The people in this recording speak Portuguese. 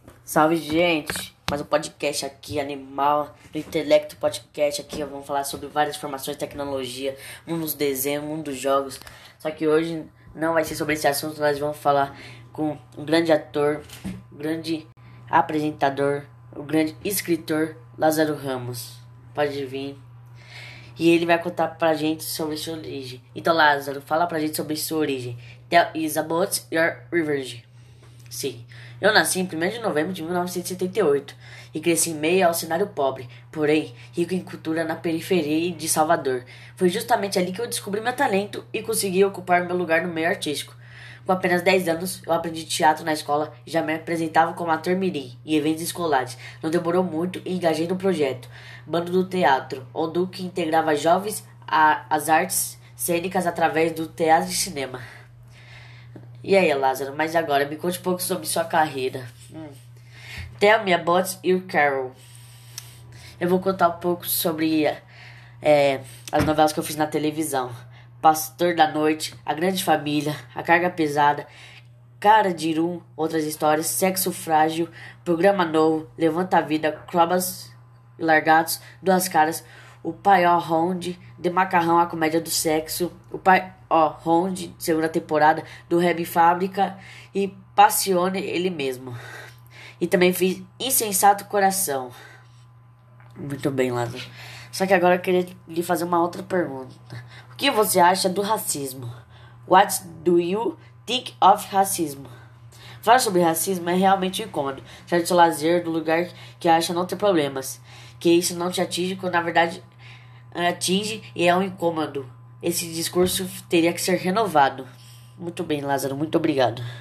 Salve, gente! Mais um podcast aqui, Animal do Intelecto Podcast. Aqui vamos falar sobre várias informações de tecnologia, mundo dos desenhos, mundo dos jogos. Só que hoje não vai ser sobre esse assunto, nós vamos falar com um grande ator, um grande apresentador, um grande escritor, Lázaro Ramos. Pode vir. E ele vai contar pra gente sobre sua origem. Então, Lázaro, fala pra gente sobre sua origem. Tell us about your origin. Sim, eu nasci em 1º de novembro de 1978 e cresci em meio ao cenário pobre, porém rico em cultura na periferia de Salvador. Foi justamente ali que eu descobri meu talento e consegui ocupar meu lugar no meio artístico. Com apenas 10 anos, eu aprendi teatro na escola e já me apresentava como ator mirim em eventos escolares. Não demorou muito e engajei no projeto Bando do Teatro, onde que integrava jovens às artes cênicas através do teatro e cinema. E aí, Lázaro, mas agora me conte um pouco sobre sua carreira. Tell me about your career. Eu vou contar um pouco sobre as novelas que eu fiz na televisão. Pastor da Noite, A Grande Família, A Carga Pesada, Cara de Irum, Outras Histórias, Sexo Frágil, Programa Novo, Levanta a Vida, Cobras Largados, Duas Caras, O Pai Ó Ronde, De Macarrão, A Comédia do Sexo, O Pai Ó Ronde, segunda temporada, do Reb Fábrica e Passione Ele Mesmo. E também fiz Insensato Coração. Muito bem, Lázaro. Só que agora eu queria lhe fazer uma outra pergunta. O que você acha do racismo? What do you think of racismo? Falar sobre racismo é realmente um incômodo. Sai do seu lazer, do lugar que acha não ter problemas. Que isso não te atinge, quando na verdade atinge e é um incômodo. Esse discurso teria que ser renovado. Muito bem, Lázaro. Muito obrigado.